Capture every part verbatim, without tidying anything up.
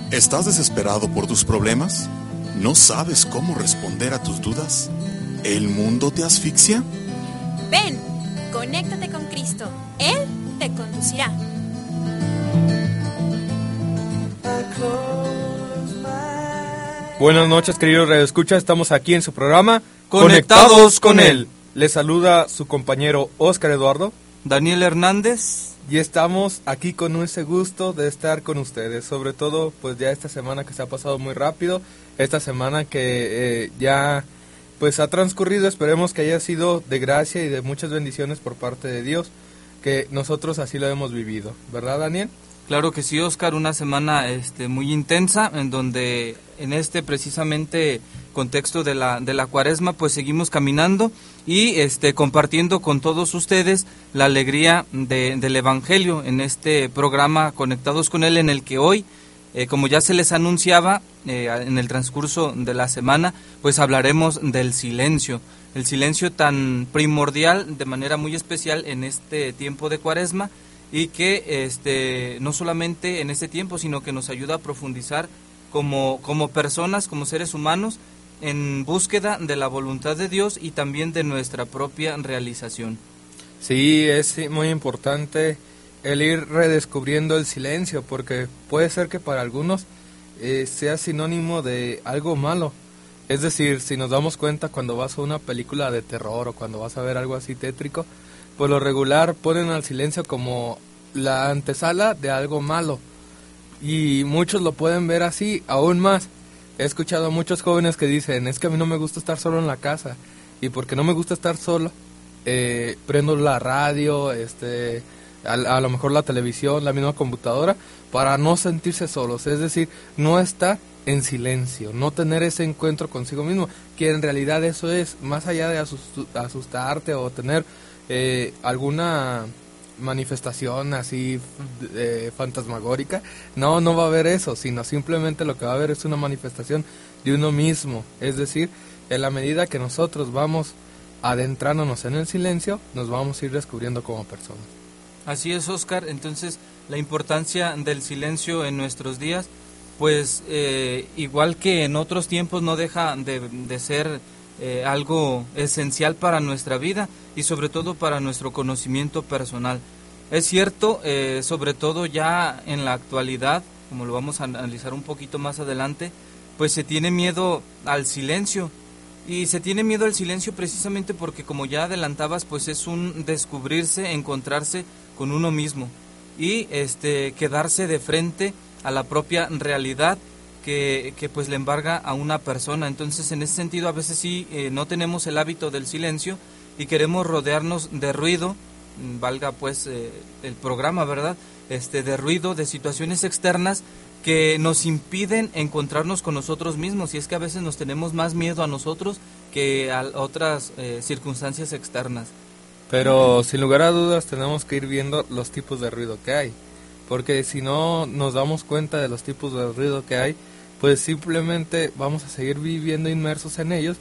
¿Estás desesperado por tus problemas? ¿No sabes cómo responder a tus dudas? ¿El mundo te asfixia? Ven, conéctate con Cristo. Él te conducirá. Buenas noches, queridos radioescuchas. Estamos aquí en su programa Conectados con Él. Les saluda su compañero Óscar Eduardo, Daniel Hernández. y estamos aquí con ese gusto de estar con ustedes. Sobre todo, pues ya esta semana que se ha pasado muy rápido, esta semana que eh, ya pues ha transcurrido. Esperemos que haya sido de gracia y de muchas bendiciones por parte de Dios, que nosotros así lo hemos vivido, ¿verdad, Daniel? Claro que sí, Óscar, una semana este, muy intensa, en donde en este precisamente contexto de la de la Cuaresma, pues seguimos caminando y este compartiendo con todos ustedes la alegría de, del Evangelio en este programa Conectados con Él, en el que hoy, eh, como ya se les anunciaba eh, en el transcurso de la semana, pues hablaremos del silencio, el silencio tan primordial de manera muy especial en este tiempo de Cuaresma, y que este no solamente en este tiempo, sino que nos ayuda a profundizar como, como personas, como seres humanos, en búsqueda de la voluntad de Dios y también de nuestra propia realización. Sí, es muy importante el ir redescubriendo el silencio, porque puede ser que para algunos eh, sea sinónimo de algo malo. Es decir, si nos damos cuenta cuando vas a una película de terror o cuando vas a ver algo así tétrico, por lo regular ponen al silencio como la antesala de algo malo, y muchos lo pueden ver así, aún más. He escuchado a muchos jóvenes que dicen, es que a mí no me gusta estar solo en la casa, y porque no me gusta estar solo, eh, prendo la radio, este, a, a lo mejor la televisión, la misma computadora, para no sentirse solos, es decir, no estar en silencio, no tener ese encuentro consigo mismo, que en realidad eso es, más allá de asust- asustarte o tener Eh, alguna manifestación así eh, fantasmagórica, no, no va a haber eso, sino simplemente lo que va a haber es una manifestación de uno mismo. Es decir, en la medida que nosotros vamos adentrándonos en el silencio, nos vamos a ir descubriendo como personas. Así es, Óscar. Entonces, la importancia del silencio en nuestros días, pues eh, igual que en otros tiempos, no deja de, de ser Eh, algo esencial para nuestra vida y sobre todo para nuestro conocimiento personal. Es cierto, eh, sobre todo ya en la actualidad, como lo vamos a analizar un poquito más adelante, pues se tiene miedo al silencio, y se tiene miedo al silencio precisamente porque, como ya adelantabas, pues es un descubrirse, encontrarse con uno mismo y este quedarse de frente a la propia realidad que, que pues le embarga a una persona. Entonces, en ese sentido, a veces sí eh, no tenemos el hábito del silencio y queremos rodearnos de ruido, valga pues eh, el programa, ¿verdad? Este de ruido, de situaciones externas que nos impiden encontrarnos con nosotros mismos, y es que a veces nos tenemos más miedo a nosotros que a otras eh, circunstancias externas. Pero sin lugar a dudas tenemos que ir viendo los tipos de ruido que hay, porque si no nos damos cuenta de los tipos de ruido que hay, pues simplemente vamos a seguir viviendo inmersos en ellos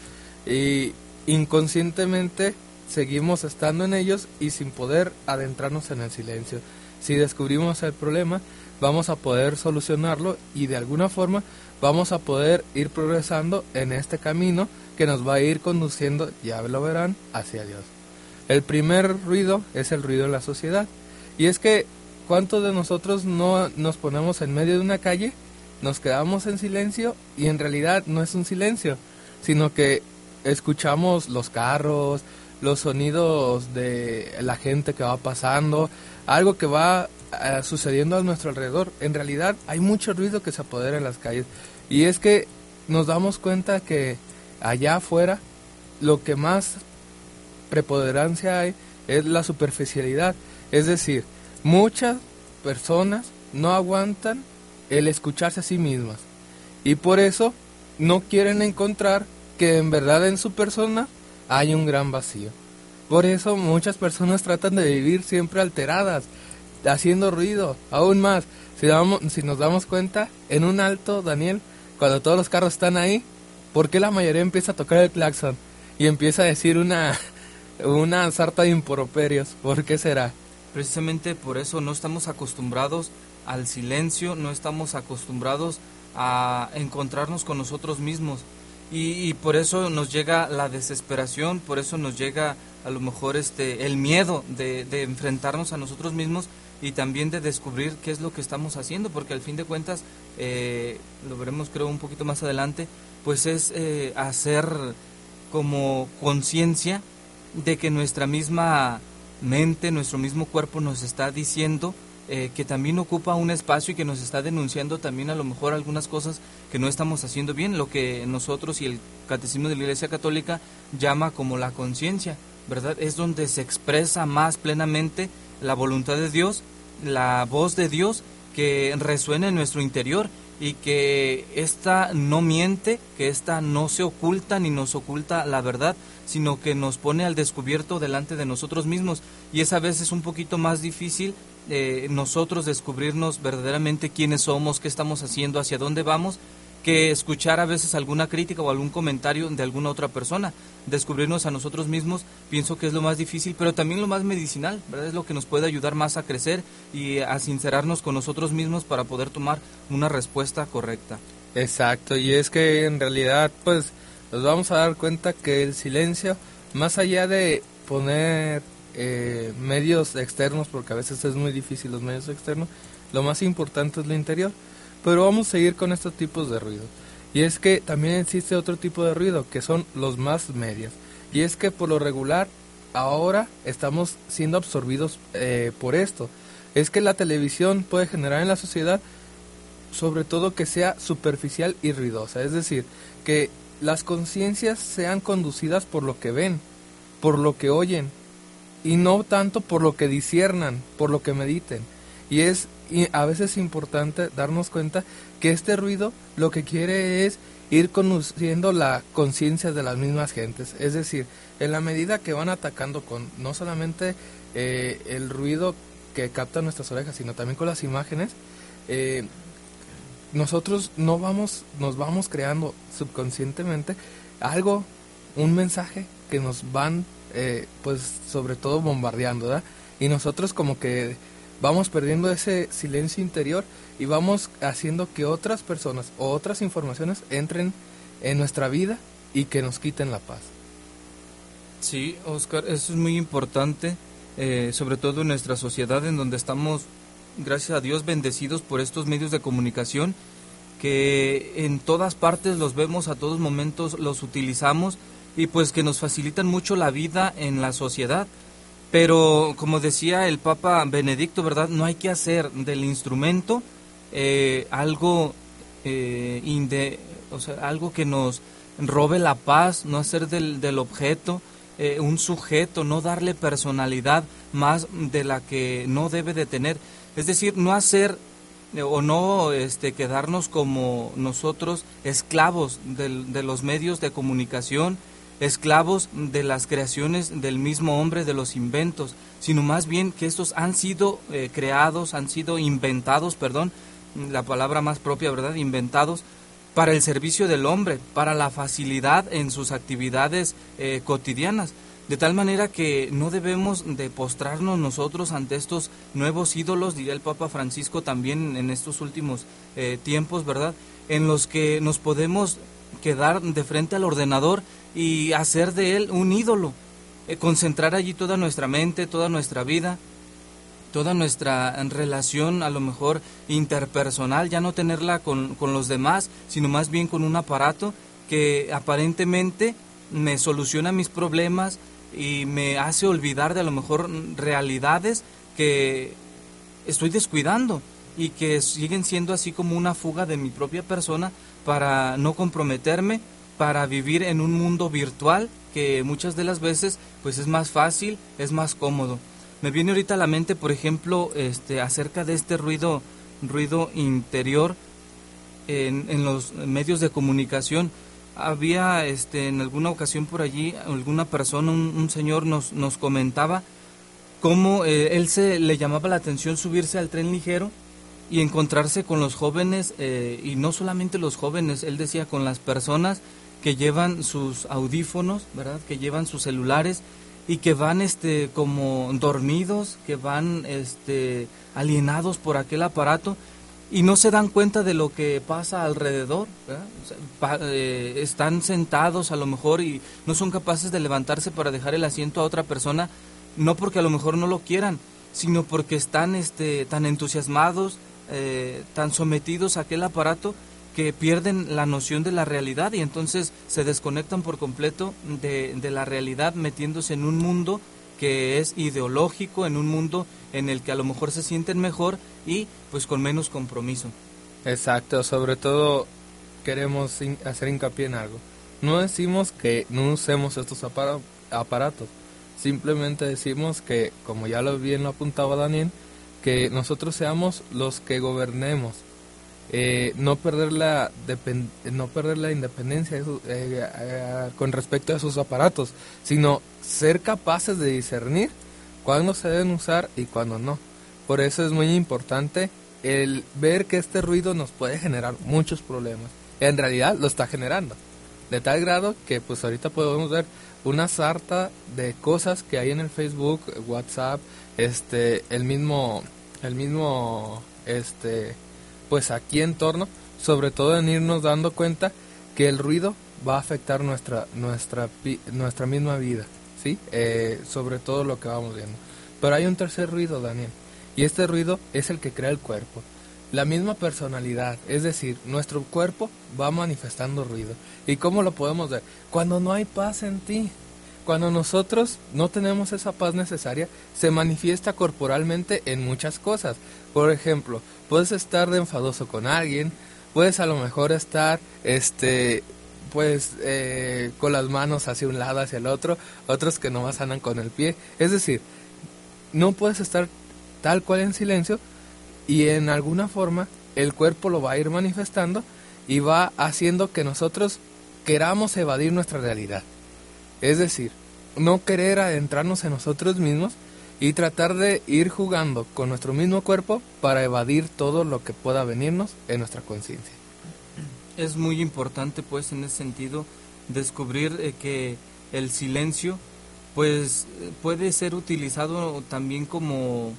y inconscientemente seguimos estando en ellos y sin poder adentrarnos en el silencio. Si descubrimos el problema, vamos a poder solucionarlo y de alguna forma vamos a poder ir progresando en este camino que nos va a ir conduciendo, ya lo verán, hacia Dios. El primer ruido es el ruido de la sociedad, y es que ¿cuántos de nosotros no nos ponemos en medio de una calle, nos quedamos en silencio y en realidad no es un silencio, sino que escuchamos los carros, los sonidos de la gente que va pasando, algo que va uh, sucediendo a nuestro alrededor? En realidad hay mucho ruido que se apodera en las calles, y es que nos damos cuenta que allá afuera lo que más preponderancia hay es la superficialidad, es decir, muchas personas no aguantan el escucharse a sí mismas y por eso no quieren encontrar que en verdad en su persona hay un gran vacío. Por eso muchas personas tratan de vivir siempre alteradas, haciendo ruido. Aún más, si, damos, si nos damos cuenta, en un alto, Daniel, cuando todos los carros están ahí, ¿por qué la mayoría empieza a tocar el claxon y empieza a decir una, una sarta de improperios? ¿Por qué será? Precisamente por eso no estamos acostumbrados al silencio, no estamos acostumbrados a encontrarnos con nosotros mismos. Y, y por eso nos llega la desesperación, por eso nos llega a lo mejor este el miedo de, de enfrentarnos a nosotros mismos y también de descubrir qué es lo que estamos haciendo, porque al fin de cuentas, eh, lo veremos creo un poquito más adelante, pues es eh, hacer como conciencia de que nuestra misma mente, nuestro mismo cuerpo nos está diciendo eh, que también ocupa un espacio y que nos está denunciando también a lo mejor algunas cosas que no estamos haciendo bien, lo que nosotros y el Catecismo de la Iglesia Católica llama como la conciencia, ¿verdad? Es donde se expresa más plenamente la voluntad de Dios, la voz de Dios que resuena en nuestro interior y que esta no miente, que esta no se oculta ni nos oculta la verdad, sino que nos pone al descubierto delante de nosotros mismos, y es a veces un poquito más difícil eh, nosotros descubrirnos verdaderamente quiénes somos, qué estamos haciendo, hacia dónde vamos, que escuchar a veces alguna crítica o algún comentario de alguna otra persona. Descubrirnos a nosotros mismos pienso que es lo más difícil, pero también lo más medicinal, ¿verdad? Es lo que nos puede ayudar más a crecer y a sincerarnos con nosotros mismos para poder tomar una respuesta correcta. Exacto, y es que en realidad pues nos vamos a dar cuenta que el silencio, más allá de poner eh, medios externos, porque a veces es muy difícil los medios externos, lo más importante es lo interior. Pero vamos a seguir con estos tipos de ruido. Y es que también existe otro tipo de ruido, que son los más medios. Y es que por lo regular, ahora estamos siendo absorbidos eh, por esto. Es que la televisión puede generar en la sociedad, sobre todo que sea superficial y ruidosa. Es decir, que las conciencias sean conducidas por lo que ven, por lo que oyen, y no tanto por lo que disciernan, por lo que mediten. Y es y a veces importante darnos cuenta que este ruido lo que quiere es ir conociendo la conciencia de las mismas gentes. Es decir, en la medida que van atacando con no solamente eh, el ruido que captan nuestras orejas, sino también con las imágenes, eh, nosotros no vamos, nos vamos creando subconscientemente algo, un mensaje que nos van, eh, pues sobre todo bombardeando, ¿verdad? Y nosotros como que vamos perdiendo ese silencio interior y vamos haciendo que otras personas o otras informaciones entren en nuestra vida y que nos quiten la paz. Sí, Oscar, eso es muy importante, eh, sobre todo en nuestra sociedad en donde estamos, gracias a Dios, bendecidos por estos medios de comunicación que en todas partes los vemos, a todos momentos los utilizamos y pues que nos facilitan mucho la vida en la sociedad. Pero, como decía el Papa Benedicto, ¿verdad? No hay que hacer del instrumento eh, algo, eh, inde, o sea, algo que nos robe la paz, no hacer del, del objeto eh, un sujeto, no darle personalidad más de la que no debe de tener. Es decir, no hacer eh, o no este, quedarnos como nosotros esclavos del, de los medios de comunicación, esclavos de las creaciones del mismo hombre, de los inventos, sino más bien que estos han sido eh, creados, han sido inventados, perdón, la palabra más propia, ¿verdad?, inventados para el servicio del hombre, para la facilidad en sus actividades eh, cotidianas, de tal manera que no debemos de postrarnos nosotros ante estos nuevos ídolos, diría el Papa Francisco también en estos últimos eh, tiempos, ¿verdad?, en los que nos podemos quedar de frente al ordenador y hacer de él un ídolo, eh, concentrar allí toda nuestra mente, toda nuestra vida, toda nuestra relación a lo mejor interpersonal, ya no tenerla con, con los demás, sino más bien con un aparato que aparentemente me soluciona mis problemas y me hace olvidar de a lo mejor realidades que estoy descuidando y que siguen siendo así como una fuga de mi propia persona para no comprometerme, para vivir en un mundo virtual que muchas de las veces pues es más fácil, es más cómodo. Me viene ahorita a la mente, por ejemplo, este acerca de este ruido ruido interior en, en los medios de comunicación. Había este en alguna ocasión por allí alguna persona, un, un señor nos nos comentaba cómo eh, él se le llamaba la atención subirse al tren ligero y encontrarse con los jóvenes, eh, y no solamente los jóvenes, él decía con las personas que llevan sus audífonos, ¿verdad?, que llevan sus celulares y que van este como dormidos, que van este alienados por aquel aparato, y no se dan cuenta de lo que pasa alrededor, ¿verdad? O sea, pa, eh, están sentados a lo mejor y no son capaces de levantarse para dejar el asiento a otra persona, no porque a lo mejor no lo quieran, sino porque están este, tan entusiasmados, eh, tan sometidos a aquel aparato, que pierden la noción de la realidad y entonces se desconectan por completo de, de la realidad, metiéndose en un mundo que es ideológico, en un mundo en el que a lo mejor se sienten mejor y pues con menos compromiso. Exacto, sobre todo queremos in- hacer hincapié en algo. No decimos que no usemos estos apara- aparatos, simplemente decimos que, como ya lo bien lo apuntaba Daniel, que nosotros seamos los que gobernemos. Eh, no perder la depend- no perder la independencia de su- eh, eh, con respecto a sus aparatos, sino ser capaces de discernir cuándo se deben usar y cuándo no. Por eso es muy importante el ver que este ruido nos puede generar muchos problemas. En realidad lo está generando, de tal grado que pues ahorita podemos ver una sarta de cosas que hay en el Facebook, WhatsApp, este, el mismo, el mismo, este pues aquí en torno, sobre todo en irnos dando cuenta que el ruido va a afectar nuestra nuestra nuestra misma vida, ¿sí? Eh, sobre todo lo que vamos viendo. Pero hay un tercer ruido, Daniel, y este ruido es el que crea el cuerpo. La misma personalidad, es decir, nuestro cuerpo va manifestando ruido. ¿Y cómo lo podemos ver? Cuando no hay paz en ti. Cuando nosotros no tenemos esa paz necesaria, se manifiesta corporalmente en muchas cosas. Por ejemplo, puedes estar de enfadoso con alguien, puedes a lo mejor estar, este, pues, eh, con las manos hacia un lado, hacia el otro, otros que nomás andan con el pie. Es decir, no puedes estar tal cual en silencio y en alguna forma el cuerpo lo va a ir manifestando y va haciendo que nosotros queramos evadir nuestra realidad. Es decir, no querer adentrarnos en nosotros mismos y tratar de ir jugando con nuestro mismo cuerpo para evadir todo lo que pueda venirnos en nuestra conciencia. Es muy importante pues en ese sentido descubrir eh, que el silencio pues puede ser utilizado también como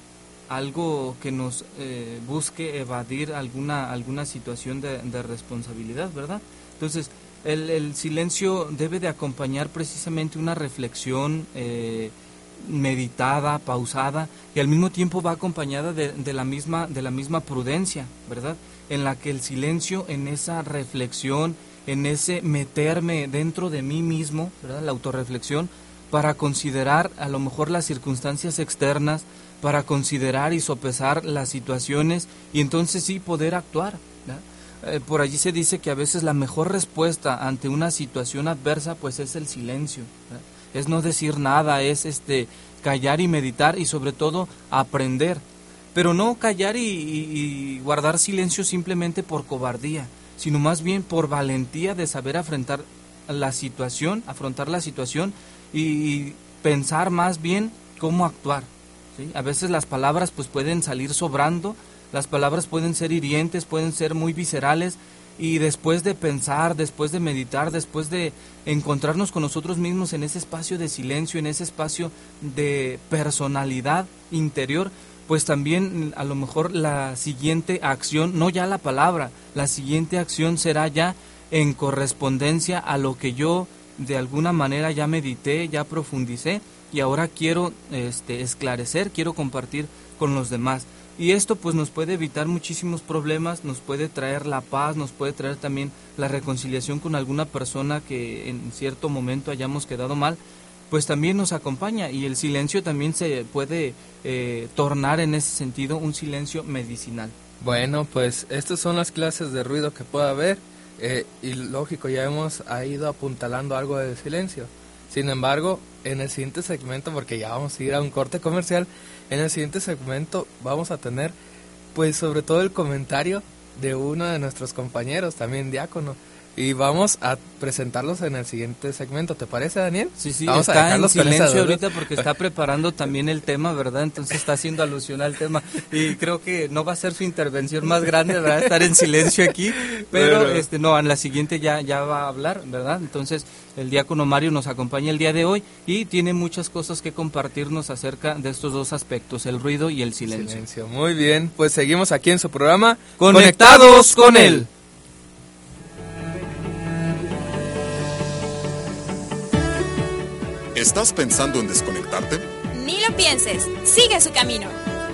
algo que nos eh, busque evadir alguna alguna situación de, de responsabilidad, ¿verdad? Entonces El, el silencio debe de acompañar precisamente una reflexión eh, meditada, pausada, y al mismo tiempo va acompañada de, de la misma de la misma prudencia, ¿verdad? En la que el silencio, en esa reflexión, en ese meterme dentro de mí mismo, ¿verdad? La autorreflexión, para considerar a lo mejor las circunstancias externas, para considerar y sopesar las situaciones y entonces sí poder actuar, ¿verdad? Eh, por allí se dice que a veces la mejor respuesta ante una situación adversa pues es el silencio, ¿verdad? Es no decir nada, es este callar y meditar y sobre todo aprender, pero no callar y, y, y guardar silencio simplemente por cobardía, sino más bien por valentía de saber afrontar la situación, afrontar la situación y, y pensar más bien cómo actuar, ¿sí? A veces las palabras pues pueden salir sobrando. Las palabras pueden ser hirientes, pueden ser muy viscerales y después de pensar, después de meditar, después de encontrarnos con nosotros mismos en ese espacio de silencio, en ese espacio de personalidad interior, pues también a lo mejor la siguiente acción, no ya la palabra, la siguiente acción será ya en correspondencia a lo que yo de alguna manera ya medité, ya profundicé y ahora quiero este, esclarecer, quiero compartir con los demás. Y esto pues nos puede evitar muchísimos problemas, nos puede traer la paz, nos puede traer también la reconciliación con alguna persona que en cierto momento hayamos quedado mal, pues también nos acompaña y el silencio también se puede eh, tornar en ese sentido un silencio medicinal. Bueno, pues estas son las clases de ruido que puede haber eh, y lógico, ya hemos ido apuntalando algo de silencio. Sin embargo, en el siguiente segmento, porque ya vamos a ir a un corte comercial, en el siguiente segmento vamos a tener, pues sobre todo el comentario de uno de nuestros compañeros, también diácono, y vamos a presentarlos en el siguiente segmento. ¿Te parece, Daniel? Sí, sí, vamos está en silencio ahorita porque está preparando también el tema, ¿verdad? Entonces está haciendo alusión al tema y creo que no va a ser su intervención más grande, ¿verdad? Estar en silencio aquí, pero, pero este no, en la siguiente ya, ya va a hablar, ¿verdad? Entonces el diácono Mario nos acompaña el día de hoy y tiene muchas cosas que compartirnos acerca de estos dos aspectos, el ruido y el silencio. silencio. Muy bien, pues seguimos aquí en su programa Conectados con él. ¿Estás pensando en desconectarte? Ni lo pienses, sigue su camino.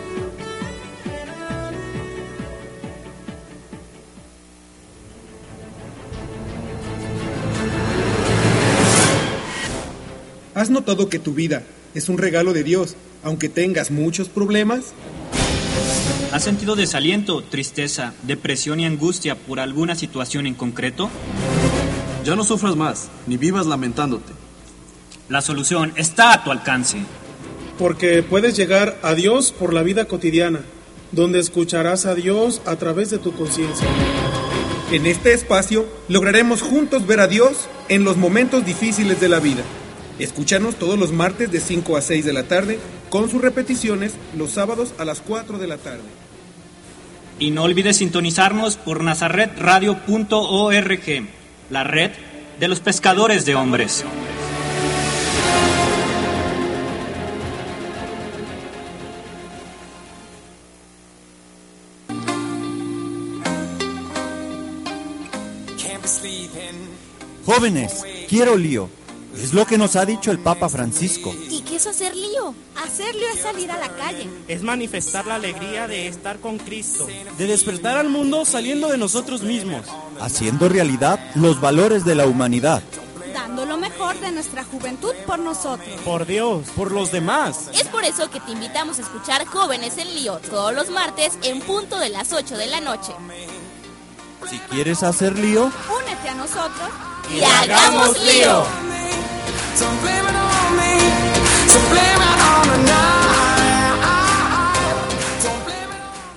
¿Has notado que tu vida es un regalo de Dios, aunque tengas muchos problemas? ¿Has sentido desaliento, tristeza, depresión y angustia por alguna situación en concreto? Ya no sufras más, ni vivas lamentándote. La solución está a tu alcance. Porque puedes llegar a Dios por la vida cotidiana, donde escucharás a Dios a través de tu conciencia. En este espacio lograremos juntos ver a Dios en los momentos difíciles de la vida. Escúchanos todos los martes de cinco a seis de la tarde, con sus repeticiones los sábados a las cuatro de la tarde. Y no olvides sintonizarnos por nazaret radio punto org, la red de los pescadores de hombres. Jóvenes, quiero lío. Es lo que nos ha dicho el Papa Francisco. ¿Y qué es hacer lío? Hacer lío es salir a la calle. Es manifestar la alegría de estar con Cristo. De despertar al mundo saliendo de nosotros mismos. Haciendo realidad los valores de la humanidad. Dando lo mejor de nuestra juventud por nosotros. Por Dios, por los demás. Es por eso que te invitamos a escuchar Jóvenes en Lío todos los martes en punto de las ocho de la noche. Si quieres hacer lío, únete a nosotros y, y hagamos lío. So blame it on me, so blame it on the night. So blame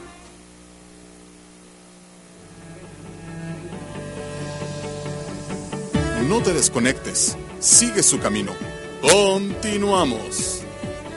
it on... No te desconectes, sigue su camino. Continuamos.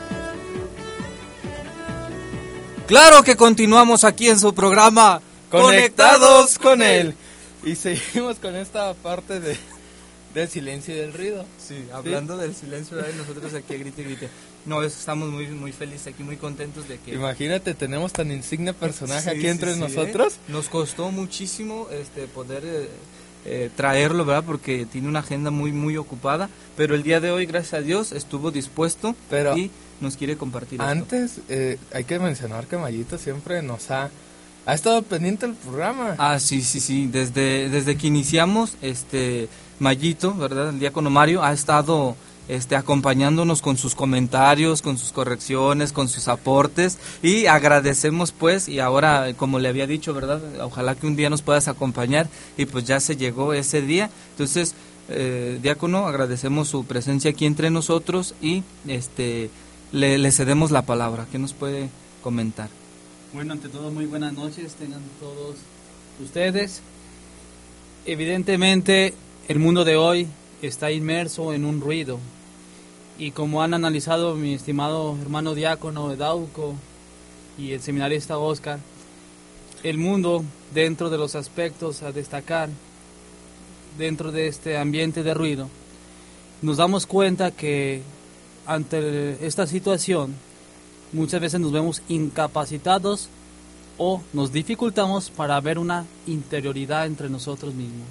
Claro que continuamos aquí en su programa Conectados con él. Y seguimos con esta parte de del silencio y del ruido. Sí, hablando ¿Sí? del silencio, ¿verdad? Nosotros aquí grite y grite. No, estamos muy muy felices aquí, muy contentos de que... Imagínate, tenemos tan insigne personaje sí, aquí entre sí, nosotros. Sí, ¿eh? Nos costó muchísimo este poder eh, eh, traerlo, ¿verdad? Porque tiene una agenda muy muy ocupada, pero el día de hoy, gracias a Dios, estuvo dispuesto pero y nos quiere compartir antes, eh, hay que mencionar que Mayito siempre nos ha... Ha estado pendiente del programa. Ah, sí, sí, sí. Desde, desde que iniciamos, este Mayito, ¿verdad? El diácono Mario ha estado este, acompañándonos con sus comentarios, con sus correcciones, con sus aportes. Y agradecemos, pues, y ahora, como le había dicho, ¿verdad? Ojalá que un día nos puedas acompañar. Y pues ya se llegó ese día. Entonces, eh, diácono, agradecemos su presencia aquí entre nosotros y este le, le cedemos la palabra. ¿Qué nos puede comentar? Bueno, ante todo, muy buenas noches, tengan todos ustedes. Evidentemente, el mundo de hoy está inmerso en un ruido. Y como han analizado mi estimado hermano diácono Edauco y el seminarista Oscar, el mundo, dentro de los aspectos a destacar, dentro de este ambiente de ruido, nos damos cuenta que ante esta situación, muchas veces nos vemos incapacitados o nos dificultamos para ver una interioridad entre nosotros mismos.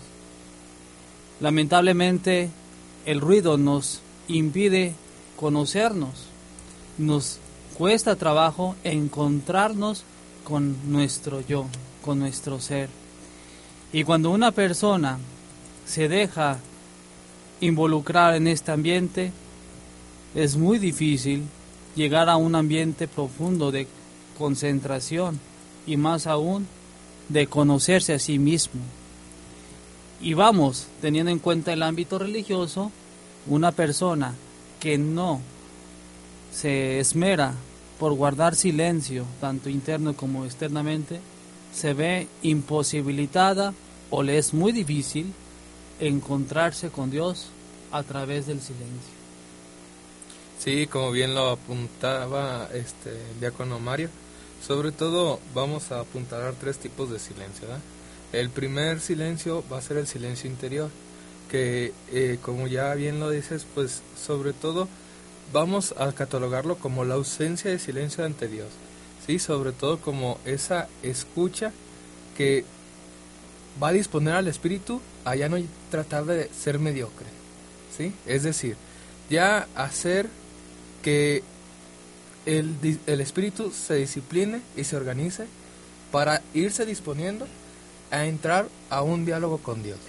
Lamentablemente, el ruido nos impide conocernos, nos cuesta trabajo encontrarnos con nuestro yo, con nuestro ser. Y cuando una persona se deja involucrar en este ambiente, es muy difícil llegar a un ambiente profundo de concentración y más aún de conocerse a sí mismo. Y vamos, teniendo en cuenta el ámbito religioso, una persona que no se esmera por guardar silencio, tanto interno como externamente, se ve imposibilitada o le es muy difícil encontrarse con Dios a través del silencio. Sí, como bien lo apuntaba este el diácono Mario, sobre todo vamos a apuntar tres tipos de silencio, ¿verdad? El primer silencio va a ser el silencio interior, que eh, como ya bien lo dices, pues sobre todo vamos a catalogarlo como la ausencia de silencio ante Dios, sí, sobre todo como esa escucha que va a disponer al espíritu a ya no tratar de ser mediocre, sí, es decir, ya hacer que el, el espíritu se discipline y se organice para irse disponiendo a entrar a un diálogo con Dios.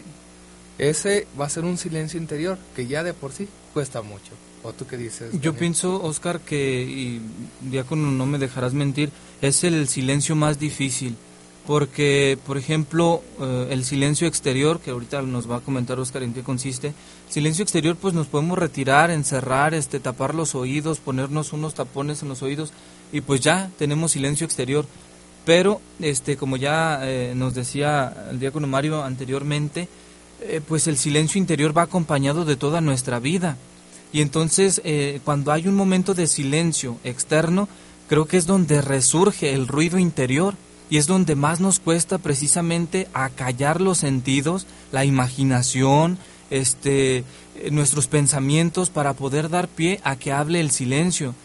Ese va a ser un silencio interior que ya de por sí cuesta mucho. ¿O tú qué dices, Daniel? Yo pienso, Oscar, que, y diácono, no me dejarás mentir, es el silencio más difícil. Porque, por ejemplo, eh, el silencio exterior, que ahorita nos va a comentar Oscar en qué consiste, silencio exterior, pues nos podemos retirar, encerrar, este, tapar los oídos, ponernos unos tapones en los oídos y pues ya tenemos silencio exterior. Pero, este, como ya eh, nos decía el diácono Mario anteriormente, eh, pues el silencio interior va acompañado de toda nuestra vida. Y entonces, eh, cuando hay un momento de silencio externo, creo que es donde resurge el ruido interior. Y es donde más nos cuesta precisamente acallar los sentidos, la imaginación, este, nuestros pensamientos para poder dar pie a que hable el silencio.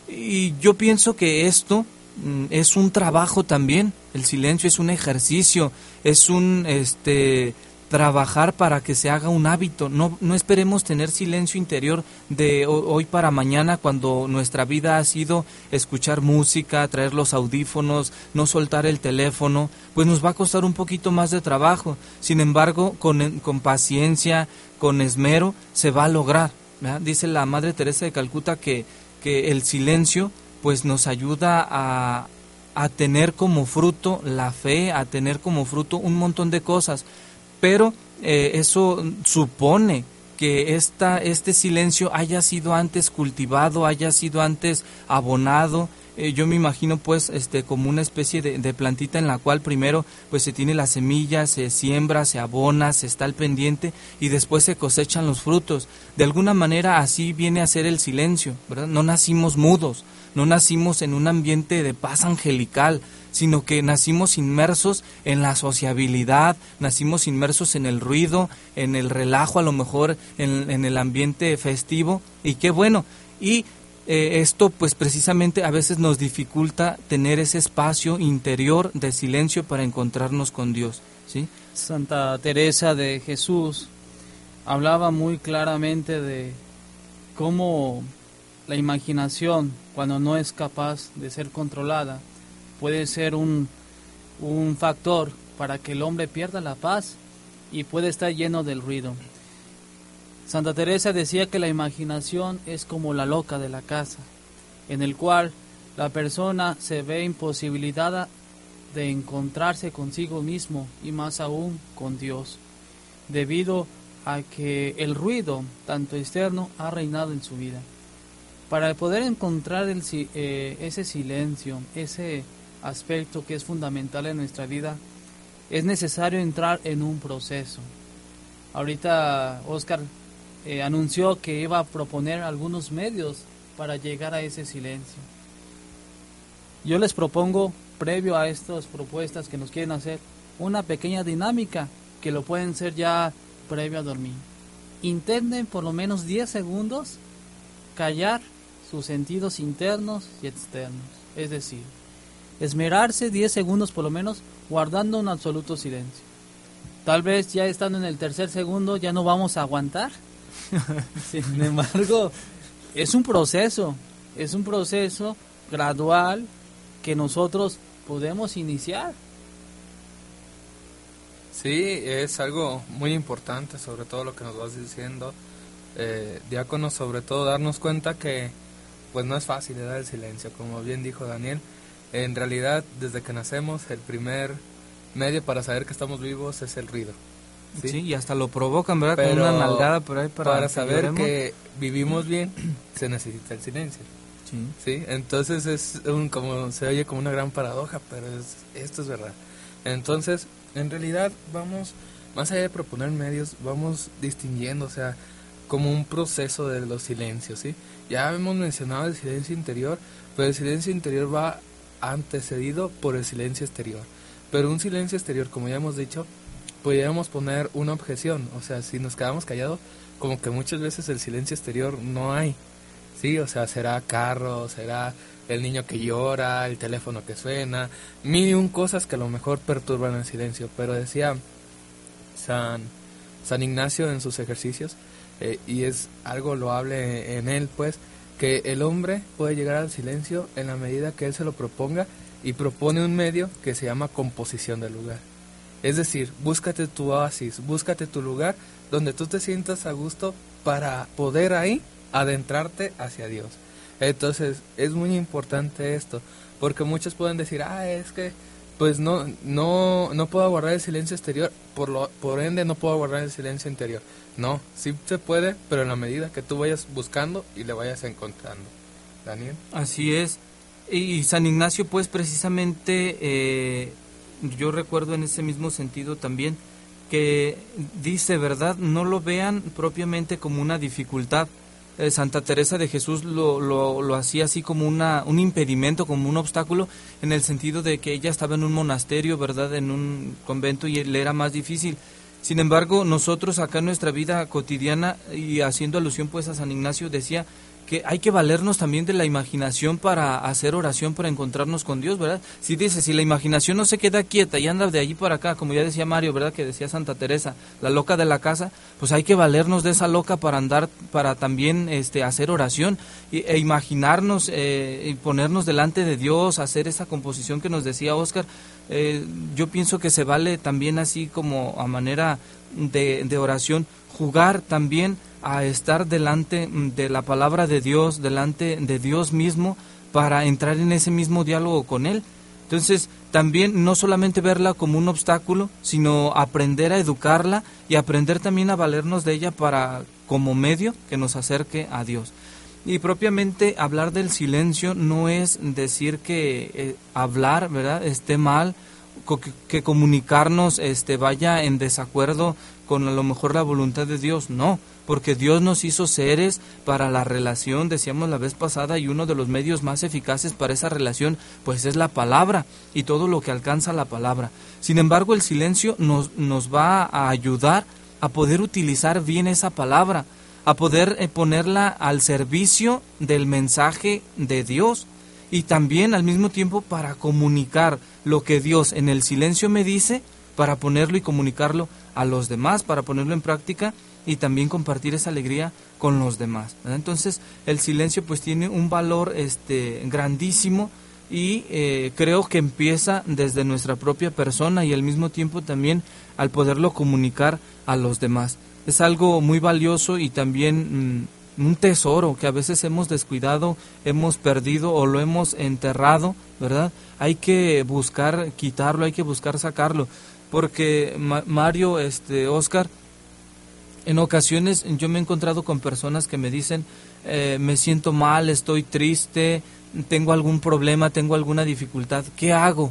Y yo pienso que esto mm, es un trabajo también, el silencio es un ejercicio, es un este trabajar para que se haga un hábito. No, no esperemos tener silencio interior de hoy para mañana cuando nuestra vida ha sido escuchar música, traer los audífonos, no soltar el teléfono, pues nos va a costar un poquito más de trabajo. Sin embargo, con, con paciencia, con esmero, se va a lograr, ¿verdad? Dice la Madre Teresa de Calcuta que, que el silencio pues nos ayuda a, a tener como fruto la fe, a tener como fruto un montón de cosas. Pero eh, eso supone que esta, este silencio haya sido antes cultivado, haya sido antes abonado. Eh, yo me imagino pues este como una especie de, de plantita en la cual primero pues se tiene la semilla, se siembra, se abona, se está al pendiente y después se cosechan los frutos. De alguna manera así viene a ser el silencio, ¿verdad? No nacimos mudos, no nacimos en un ambiente de paz angelical, sino que nacimos inmersos en la sociabilidad, nacimos inmersos en el ruido, en el relajo, a lo mejor en, en el ambiente festivo, y qué bueno. Y eh, esto pues precisamente a veces nos dificulta tener ese espacio interior de silencio para encontrarnos con Dios, ¿sí? Santa Teresa de Jesús hablaba muy claramente de cómo la imaginación, cuando no es capaz de ser controlada, puede ser un, un factor para que el hombre pierda la paz y puede estar lleno del ruido. Santa Teresa decía que la imaginación es como la loca de la casa, en el cual la persona se ve imposibilitada de encontrarse consigo mismo y más aún con Dios, debido a que el ruido, tanto externo, ha reinado en su vida. Para poder encontrar el, eh, ese silencio, ese aspecto que es fundamental en nuestra vida, es necesario entrar en un proceso. Ahorita Oscar eh, anunció que iba a proponer algunos medios para llegar a ese silencio. Yo les propongo, previo a estas propuestas que nos quieren hacer, una pequeña dinámica que lo pueden ser ya previo a dormir. Intenten por lo menos diez segundos callar sus sentidos internos y externos, es decir, esmerarse diez segundos por lo menos guardando un absoluto silencio. Tal vez ya estando en el tercer segundo ya no vamos a aguantar. Sin embargo, es un proceso, es un proceso gradual que nosotros podemos iniciar. Sí, es algo muy importante, sobre todo lo que nos vas diciendo, eh, diácono, sobre todo darnos cuenta que pues no es fácil dar el silencio, como bien dijo Daniel. En realidad, desde que nacemos, el primer medio para saber que estamos vivos es el ruido. Sí, sí, y hasta lo provocan, ¿verdad? Pero con una nalgada por ahí para, para que saber lloremos. que vivimos bien, se necesita el silencio. Sí. Sí, entonces es un, como se oye como una gran paradoja, pero es, esto es verdad. Entonces, en realidad vamos más allá de proponer medios, vamos distinguiendo, o sea, como un proceso de los silencios, ¿sí? Ya hemos mencionado el silencio interior, pero el silencio interior va antecedido por el silencio exterior. Pero un silencio exterior, como ya hemos dicho, podríamos poner una objeción, o sea, si nos quedamos callados, como que muchas veces el silencio exterior no hay, ¿sí? O sea, será carro, será el niño que llora, el teléfono que suena, mil y un cosas que a lo mejor perturban el silencio. Pero decía San, San Ignacio en sus ejercicios, eh, y es algo loable en él, pues, que el hombre puede llegar al silencio en la medida que él se lo proponga, y propone un medio que se llama composición del lugar. Es decir, búscate tu oasis, búscate tu lugar donde tú te sientas a gusto para poder ahí adentrarte hacia Dios. Entonces, es muy importante esto, porque muchos pueden decir, ah, es que pues no no no puedo guardar el silencio exterior, por lo por ende no puedo guardar el silencio interior. No, sí se puede, pero en la medida que tú vayas buscando y le vayas encontrando. Daniel. Así es. Y San Ignacio, pues precisamente, eh, yo recuerdo en ese mismo sentido también, que dice, ¿verdad? No lo vean propiamente como una dificultad. Eh, Santa Teresa de Jesús lo, lo, lo hacía así como una, un impedimento, como un obstáculo, en el sentido de que ella estaba en un monasterio, ¿verdad? En un convento, y le era más difícil. Sin embargo, nosotros acá en nuestra vida cotidiana, y haciendo alusión pues a San Ignacio, decía que hay que valernos también de la imaginación para hacer oración, para encontrarnos con Dios, ¿verdad? Si dice, si la imaginación no se queda quieta y anda de allí para acá, como ya decía Mario, ¿verdad? Que decía Santa Teresa, la loca de la casa, pues hay que valernos de esa loca para andar, para también este hacer oración y, e imaginarnos eh, y ponernos delante de Dios, hacer esa composición que nos decía Óscar. Eh, yo pienso que se vale también así como a manera de, de oración, jugar también a estar delante de la palabra de Dios, delante de Dios mismo, para entrar en ese mismo diálogo con Él. Entonces, también no solamente verla como un obstáculo, sino aprender a educarla y aprender también a valernos de ella para como medio que nos acerque a Dios. Y propiamente hablar del silencio no es decir que eh, hablar, ¿verdad?, esté mal, que, que comunicarnos este vaya en desacuerdo con a lo mejor la voluntad de Dios, no, porque Dios nos hizo seres para la relación, decíamos la vez pasada, y uno de los medios más eficaces para esa relación pues es la palabra y todo lo que alcanza la palabra. Sin embargo, el silencio nos, nos va a ayudar a poder utilizar bien esa palabra, a poder eh, ponerla al servicio del mensaje de Dios, y también al mismo tiempo para comunicar lo que Dios en el silencio me dice, para ponerlo y comunicarlo a los demás, para ponerlo en práctica y también compartir esa alegría con los demás, ¿verdad? Entonces el silencio pues tiene un valor este grandísimo, y eh, creo que empieza desde nuestra propia persona y al mismo tiempo también al poderlo comunicar a los demás. Es algo muy valioso y también mmm, un tesoro que a veces hemos descuidado, hemos perdido o lo hemos enterrado, ¿verdad? Hay que buscar quitarlo, hay que buscar sacarlo, porque Ma- Mario, este, Óscar, en ocasiones yo me he encontrado con personas que me dicen, eh, me siento mal, estoy triste, tengo algún problema, tengo alguna dificultad, ¿qué hago?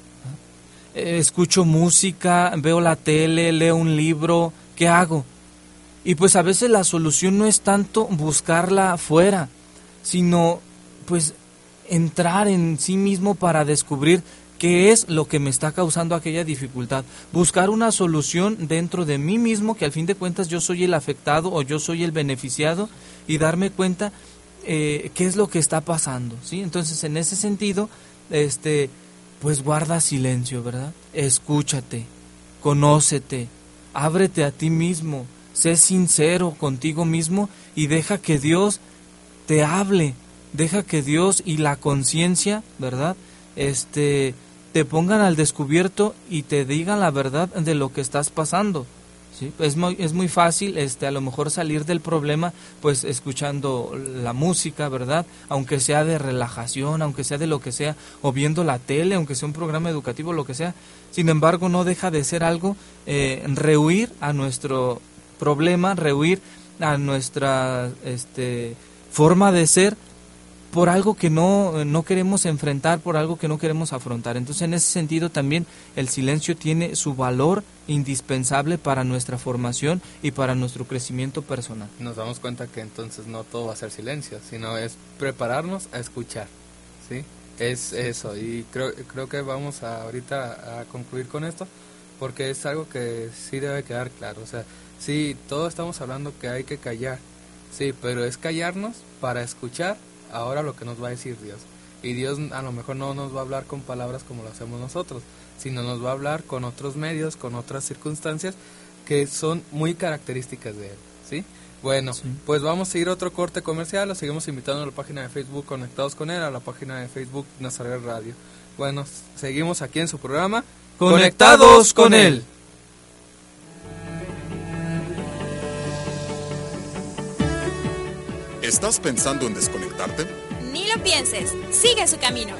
Eh, escucho música, veo la tele, leo un libro, ¿qué hago? Y pues a veces la solución no es tanto buscarla afuera, sino pues entrar en sí mismo para descubrir qué es lo que me está causando aquella dificultad. Buscar una solución dentro de mí mismo, que al fin de cuentas yo soy el afectado o yo soy el beneficiado, y darme cuenta eh, qué es lo que está pasando, ¿sí? Entonces, en ese sentido, este, pues guarda silencio, ¿verdad? Escúchate, conócete, ábrete a ti mismo, sé sincero contigo mismo y deja que Dios te hable, deja que Dios y la conciencia, ¿verdad?, este te pongan al descubierto y te digan la verdad de lo que estás pasando, ¿sí? Es muy, es muy fácil este a lo mejor salir del problema pues escuchando la música, ¿verdad?, aunque sea de relajación, aunque sea de lo que sea, o viendo la tele, aunque sea un programa educativo, lo que sea. Sin embargo, no deja de ser algo eh, rehuir a nuestro problema, rehuir a nuestra este forma de ser, por algo que no, no queremos enfrentar, por algo que no queremos afrontar. Entonces, en ese sentido también el silencio tiene su valor indispensable para nuestra formación y para nuestro crecimiento personal. Nos damos cuenta que entonces no todo va a ser silencio, sino es prepararnos a escuchar, ¿sí? Es eso, y creo, creo que vamos a, ahorita a concluir con esto, porque es algo que sí debe quedar claro. O sea, sí, todos estamos hablando que hay que callar, sí, pero es callarnos para escuchar ahora lo que nos va a decir Dios. Y Dios a lo mejor no nos va a hablar con palabras como lo hacemos nosotros, sino nos va a hablar con otros medios, con otras circunstancias que son muy características de Él, ¿sí? Bueno, sí. Pues vamos a ir a otro corte comercial, los seguimos invitando a la página de Facebook Conectados con Él, a la página de Facebook Nazaret Radio. Bueno, seguimos aquí en su programa Conectados con Él. ¿Estás pensando en desconectarte? Ni lo pienses, sigue su camino.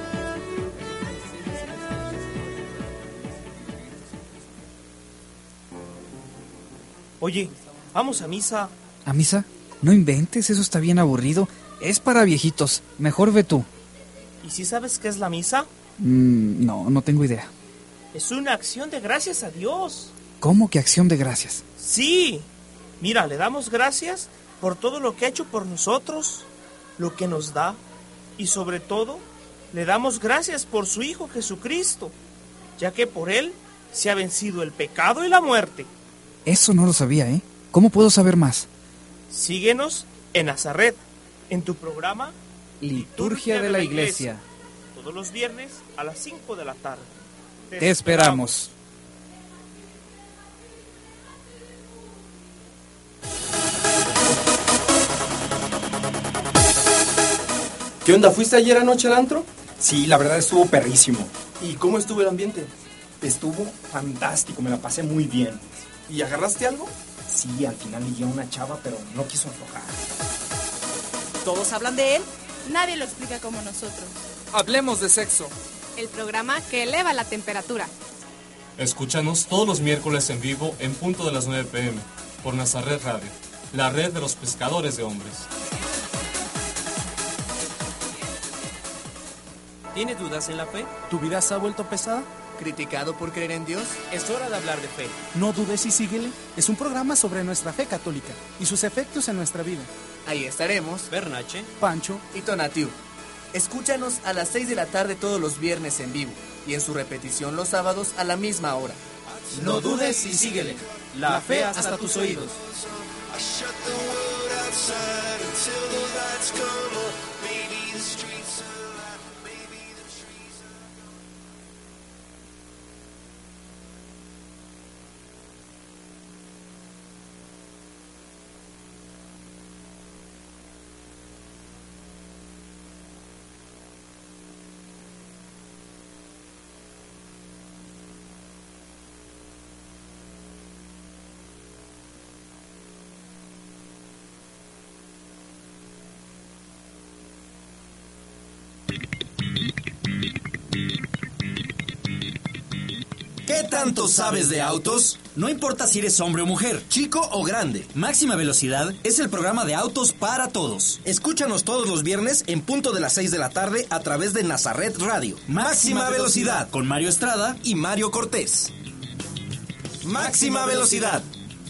Oye, vamos a misa. ¿A misa? No inventes, eso está bien aburrido. Es para viejitos, mejor ve tú. ¿Y si sabes qué es la misa? Mm, no, no tengo idea. Es una acción de gracias a Dios. ¿Cómo que acción de gracias? Sí, mira, le damos gracias por todo lo que ha hecho por nosotros, lo que nos da, y sobre todo, le damos gracias por su Hijo Jesucristo, ya que por Él se ha vencido el pecado y la muerte. Eso no lo sabía, ¿eh? ¿Cómo puedo saber más? Síguenos en Nazaret, en tu programa Liturgia de la Iglesia, todos los viernes a las cinco de la tarde. Te, Te esperamos. ¿Qué onda? ¿Fuiste ayer anoche al antro? Sí, la verdad estuvo perrísimo. ¿Y cómo estuvo el ambiente? Estuvo fantástico, me la pasé muy bien. ¿Y agarraste algo? Sí, al final ligué a una chava, pero no quiso aflojar. ¿Todos hablan de él? Nadie lo explica como nosotros. Hablemos de sexo. El programa que eleva la temperatura. Escúchanos todos los miércoles en vivo en punto de las nueve pe eme por Nazaret Radio, la red de los pescadores de hombres. ¿Tienes dudas en la fe? ¿Tu vida se ha vuelto pesada? ¿Criticado por creer en Dios? Es hora de hablar de fe. No dudes y síguele. Es un programa sobre nuestra fe católica y sus efectos en nuestra vida. Ahí estaremos Bernache, Pancho y Tonatiu. Escúchanos a las seis de la tarde todos los viernes en vivo y en su repetición los sábados a la misma hora. No dudes y síguele. La fe hasta tus oídos. ¿Qué tanto sabes de autos? No importa si eres hombre o mujer, chico o grande. Máxima Velocidad es el programa de autos para todos. Escúchanos todos los viernes en punto de las seis de la tarde a través de Nazaret Radio. Máxima, Máxima Velocidad, Velocidad con Mario Estrada y Mario Cortés. Máxima, Máxima Velocidad.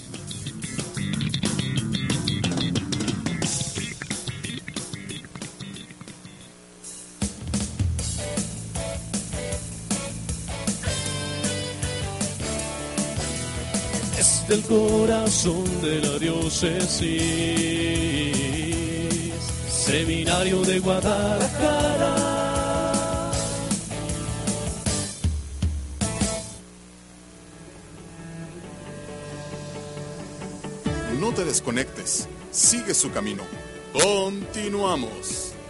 Del corazón de la diócesis, Seminario de Guadalajara. No te desconectes, sigue su camino. Continuamos.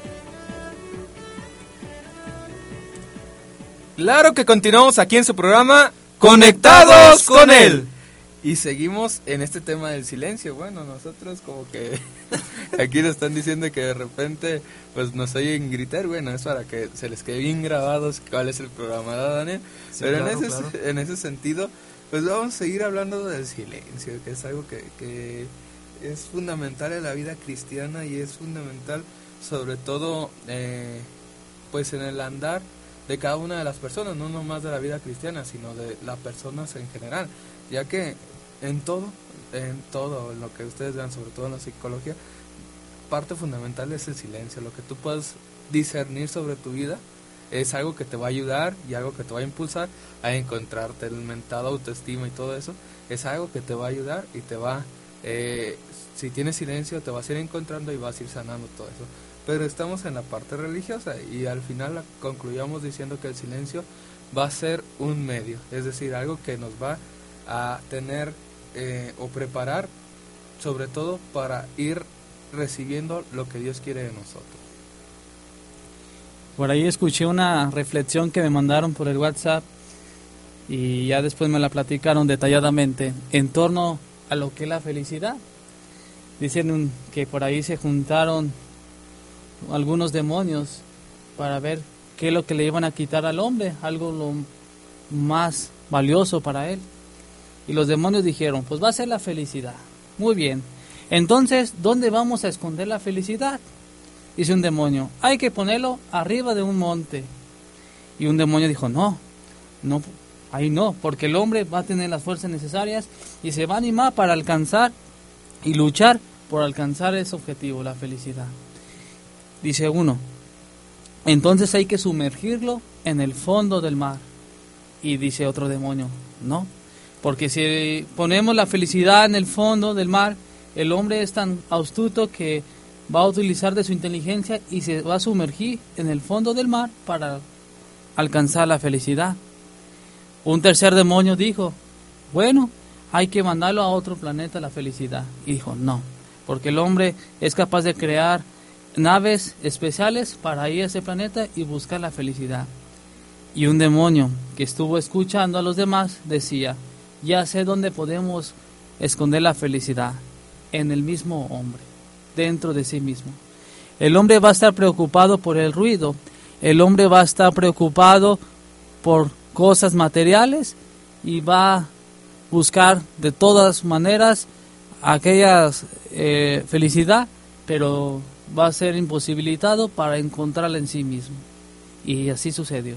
Claro que continuamos aquí en su programa Conectados con Él. Y seguimos en este tema del silencio. Bueno, nosotros como que aquí nos están diciendo que de repente pues nos oyen gritar. Bueno, es para que se les quede bien grabados cuál es el programa, ¿verdad, Daniel? Sí, pero claro, en, ese, claro. en ese sentido, pues vamos a seguir hablando del silencio, que es algo que, que es fundamental en la vida cristiana y es fundamental sobre todo eh, pues en el andar de cada una de las personas, no nomás de la vida cristiana, sino de las personas en general, ya que en todo, en todo lo que ustedes vean, sobre todo en la psicología, parte fundamental es el silencio. Lo que tú puedes discernir sobre tu vida es algo que te va a ayudar y algo que te va a impulsar a encontrarte. El mentado autoestima y todo eso es algo que te va a ayudar y te va, eh, si tienes silencio, te vas a ir encontrando y vas a ir sanando todo eso. Pero estamos en la parte religiosa y al final la concluyamos diciendo que el silencio va a ser un medio, es decir, algo que nos va a tener eh, o preparar sobre todo para ir recibiendo lo que Dios quiere de nosotros. Por ahí escuché una reflexión que me mandaron por el WhatsApp y ya después me la platicaron detalladamente en torno a lo que es la felicidad. Dicen que por ahí se juntaron algunos demonios para ver qué es lo que le iban a quitar al hombre, algo lo más valioso para él. Y los demonios dijeron, pues va a ser la felicidad. Muy bien. Entonces, ¿dónde vamos a esconder la felicidad? Dice un demonio, hay que ponerlo arriba de un monte. Y un demonio dijo, no, no, ahí no, porque el hombre va a tener las fuerzas necesarias y se va a animar para alcanzar y luchar por alcanzar ese objetivo, la felicidad. Dice uno, entonces hay que sumergirlo en el fondo del mar. Y dice otro demonio, no, porque si ponemos la felicidad en el fondo del mar, el hombre es tan astuto que va a utilizar de su inteligencia y se va a sumergir en el fondo del mar para alcanzar la felicidad. Un tercer demonio dijo, bueno, hay que mandarlo a otro planeta la felicidad. Y dijo, no, porque el hombre es capaz de crear naves especiales para ir a ese planeta y buscar la felicidad. Y un demonio que estuvo escuchando a los demás decía, ya sé dónde podemos esconder la felicidad, en el mismo hombre, dentro de sí mismo. El hombre va a estar preocupado por el ruido, el hombre va a estar preocupado por cosas materiales y va a buscar de todas maneras aquella eh, felicidad, pero va a ser imposibilitado para encontrarla en sí mismo. Y así sucedió.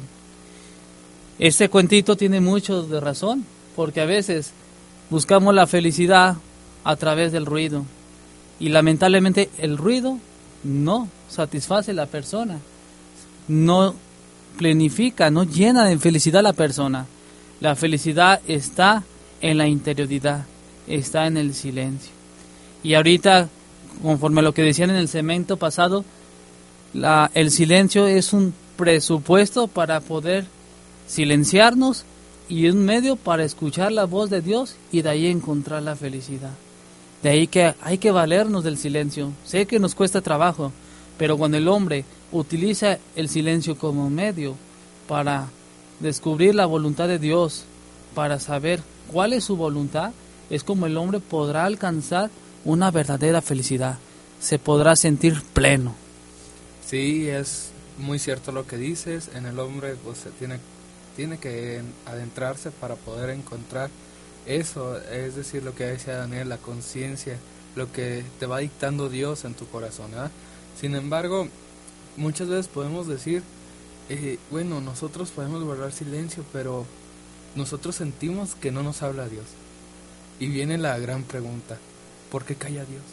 Este cuentito tiene mucho de razón, porque a veces buscamos la felicidad a través del ruido y lamentablemente el ruido no satisface a la persona, no plenifica, no llena de felicidad a la persona. La felicidad está en la interioridad, está en el silencio. Y ahorita, conforme a lo que decían en el segmento pasado, la, el silencio es un presupuesto para poder silenciarnos y un medio para escuchar la voz de Dios y de ahí encontrar la felicidad. De ahí que hay que valernos del silencio. Sé que nos cuesta trabajo, pero cuando el hombre utiliza el silencio como medio para descubrir la voluntad de Dios, para saber cuál es su voluntad, es como el hombre podrá alcanzar una verdadera felicidad, se podrá sentir pleno. Sí, es muy cierto lo que dices. En el hombre pues se tiene, tiene que adentrarse para poder encontrar eso, es decir, lo que decía Daniel, la conciencia, lo que te va dictando Dios en tu corazón, ¿verdad? Sin embargo, muchas veces podemos decir, eh, bueno, nosotros podemos guardar silencio, pero nosotros sentimos que no nos habla Dios. Y viene la gran pregunta, ¿por qué calla Dios?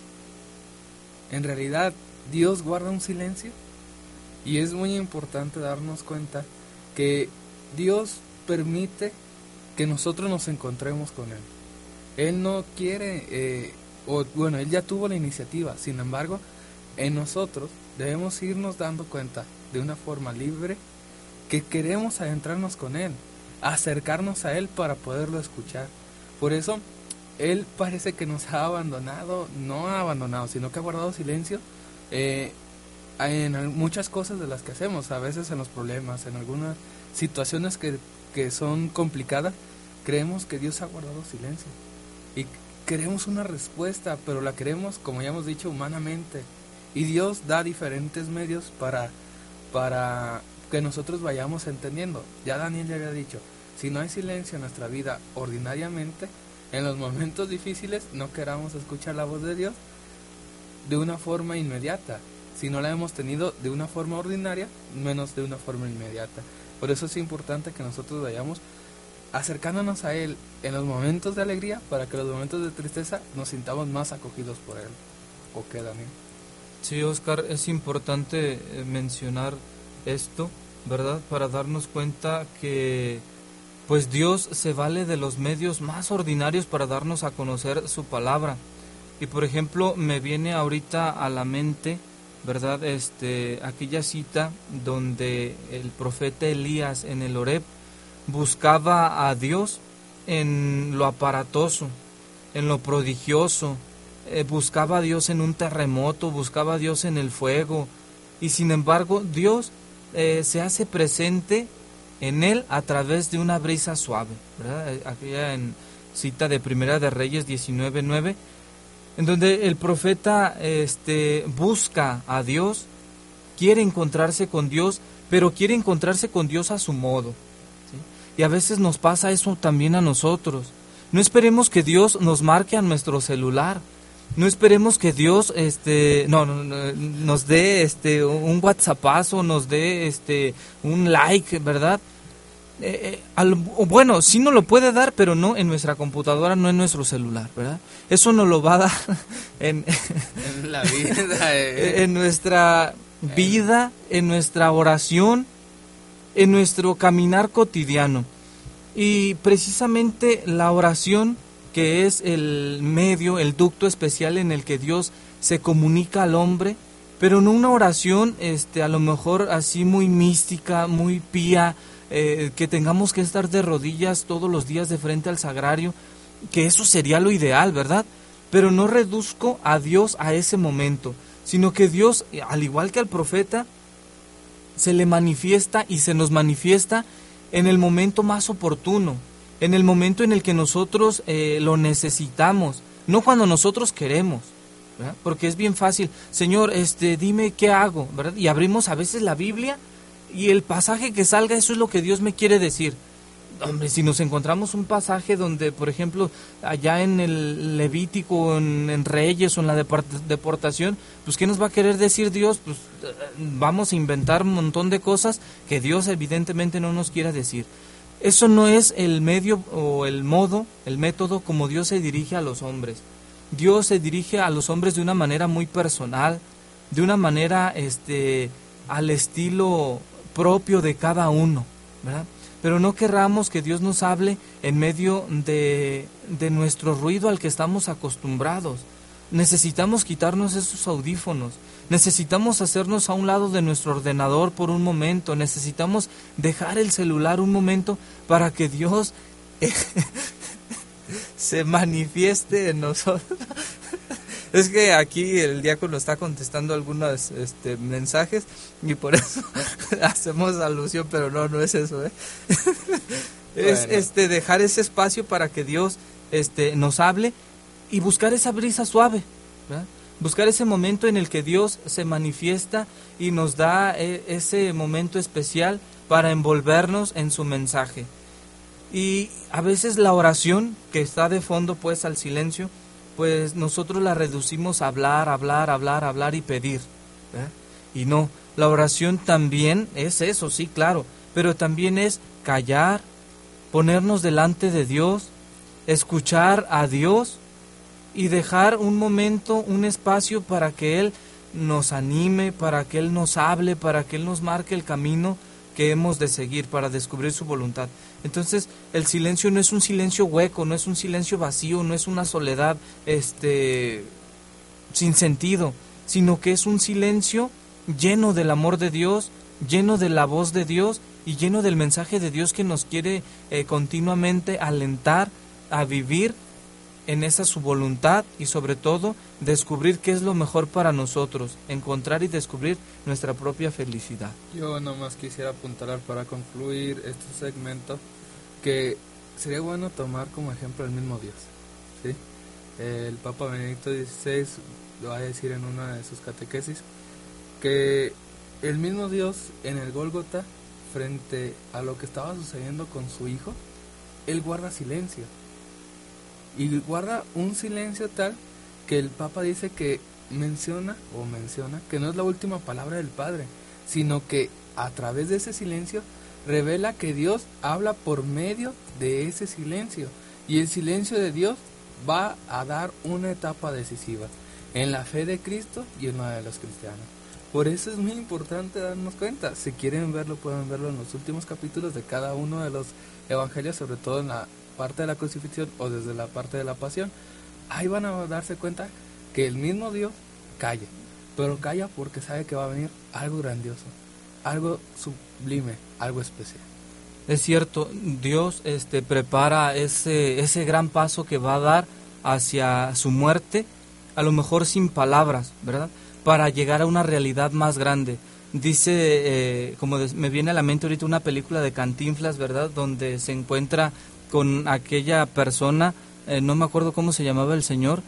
En realidad, ¿Dios guarda un silencio? Y es muy importante darnos cuenta que Dios permite que nosotros nos encontremos con Él. Él no quiere, eh, o bueno, Él ya tuvo la iniciativa, sin embargo, en nosotros debemos irnos dando cuenta de una forma libre que queremos adentrarnos con Él, acercarnos a Él para poderlo escuchar. Por eso, Él parece que nos ha abandonado, no ha abandonado, sino que ha guardado silencio eh, en muchas cosas de las que hacemos, a veces en los problemas, en algunas situaciones que, que son complicadas, creemos que Dios ha guardado silencio y queremos una respuesta, pero la queremos, como ya hemos dicho, humanamente, y Dios da diferentes medios para, para que nosotros vayamos entendiendo. Ya Daniel ya había dicho, si no hay silencio en nuestra vida ordinariamente, en los momentos difíciles no queramos escuchar la voz de Dios de una forma inmediata, si no la hemos tenido de una forma ordinaria, menos de una forma inmediata. Por eso es importante que nosotros vayamos acercándonos a Él en los momentos de alegría, para que en los momentos de tristeza nos sintamos más acogidos por Él. ¿O qué, Daniel? Sí, Oscar, es importante eh, mencionar esto, ¿verdad? Para darnos cuenta que pues Dios se vale de los medios más ordinarios para darnos a conocer su palabra. Y por ejemplo, me viene ahorita a la mente, ¿verdad? Este, aquella cita donde el profeta Elías en el Horeb buscaba a Dios en lo aparatoso, en lo prodigioso, eh, buscaba a Dios en un terremoto, buscaba a Dios en el fuego, y sin embargo Dios eh, se hace presente en él a través de una brisa suave, ¿verdad? Aquella en cita de Primera de Reyes diecinueve nueve, en donde el profeta este, busca a Dios, quiere encontrarse con Dios, pero quiere encontrarse con Dios a su modo, ¿sí? Y a veces nos pasa eso también a nosotros. No esperemos que Dios nos marque a nuestro celular. No esperemos que Dios este no, no, no nos dé este un WhatsAppazo, nos dé este un like, ¿verdad? Eh, eh, al, bueno, sí nos lo puede dar, pero no en nuestra computadora, no en nuestro celular, ¿verdad? Eso nos lo va a dar en, en la vida, eh. en nuestra vida, en nuestra oración, en nuestro caminar cotidiano. Y precisamente la oración, que es el medio, el ducto especial en el que Dios se comunica al hombre, pero no una oración este, a lo mejor así muy mística, muy pía, eh, que tengamos que estar de rodillas todos los días de frente al sagrario, que eso sería lo ideal, ¿verdad? Pero no reduzco a Dios a ese momento, sino que Dios, al igual que al profeta, se le manifiesta y se nos manifiesta en el momento más oportuno, en el momento en el que nosotros eh, lo necesitamos, no cuando nosotros queremos, ¿verdad? Porque es bien fácil, Señor, este, dime qué hago, ¿verdad? Y abrimos a veces la Biblia y el pasaje que salga, eso es lo que Dios me quiere decir. Hombre, si nos encontramos un pasaje donde, por ejemplo, allá en el Levítico, en, en Reyes o en la deportación, pues ¿qué nos va a querer decir Dios? Pues vamos a inventar un montón de cosas que Dios evidentemente no nos quiera decir. Eso no es el medio o el modo, el método como Dios se dirige a los hombres. Dios se dirige a los hombres de una manera muy personal, de una manera este, al estilo propio de cada uno, ¿verdad? Pero no querramos que Dios nos hable en medio de, de nuestro ruido al que estamos acostumbrados. Necesitamos quitarnos esos audífonos, necesitamos hacernos a un lado de nuestro ordenador por un momento, necesitamos dejar el celular un momento para que Dios eh, se manifieste en nosotros. Es que aquí el diácono está contestando algunos este, mensajes y por eso hacemos alusión, pero no, no es eso, ¿eh? Es bueno. este dejar ese espacio para que Dios este, nos hable y buscar esa brisa suave, ¿verdad? Buscar ese momento en el que Dios se manifiesta y nos da eh, ese momento especial para envolvernos en su mensaje. Y a veces la oración que está de fondo pues al silencio, pues nosotros la reducimos a hablar, hablar, hablar, hablar y pedir, ¿verdad? Y no, la oración también es eso, sí, claro, pero también es callar, ponernos delante de Dios, escuchar a Dios y dejar un momento, un espacio para que Él nos anime, para que Él nos hable, para que Él nos marque el camino que hemos de seguir para descubrir su voluntad. Entonces, el silencio no es un silencio hueco, no es un silencio vacío, no es una soledad este sin sentido, sino que es un silencio lleno del amor de Dios, lleno de la voz de Dios y lleno del mensaje de Dios que nos quiere eh, continuamente alentar a vivir en esa su voluntad y sobre todo descubrir qué es lo mejor para nosotros, encontrar y descubrir nuestra propia felicidad. Yo nomás quisiera apuntalar para concluir este segmento que sería bueno tomar como ejemplo el mismo Dios, ¿sí? El Papa Benedicto dieciséis lo va a decir en una de sus catequesis que el mismo Dios en el Gólgota, frente a lo que estaba sucediendo con su hijo, él guarda silencio. Y guarda un silencio tal que el Papa dice que menciona o menciona que no es la última palabra del Padre, sino que a través de ese silencio revela que Dios habla por medio de ese silencio, y el silencio de Dios va a dar una etapa decisiva en la fe de Cristo y en la de los cristianos. Por eso es muy importante darnos cuenta. Si quieren verlo, pueden verlo en los últimos capítulos de cada uno de los evangelios, sobre todo en la parte de la crucifixión o desde la parte de la pasión. Ahí van a darse cuenta que el mismo Dios calla, pero calla porque sabe que va a venir algo grandioso, algo sublime, algo especial. Es cierto, Dios este, prepara ese, ese gran paso que va a dar hacia su muerte, a lo mejor sin palabras, ¿verdad?, para llegar a una realidad más grande. Dice, eh, como de, me viene a la mente ahorita una película de Cantinflas, ¿verdad?, donde se encuentra con aquella persona, eh, no me acuerdo cómo se llamaba el señor,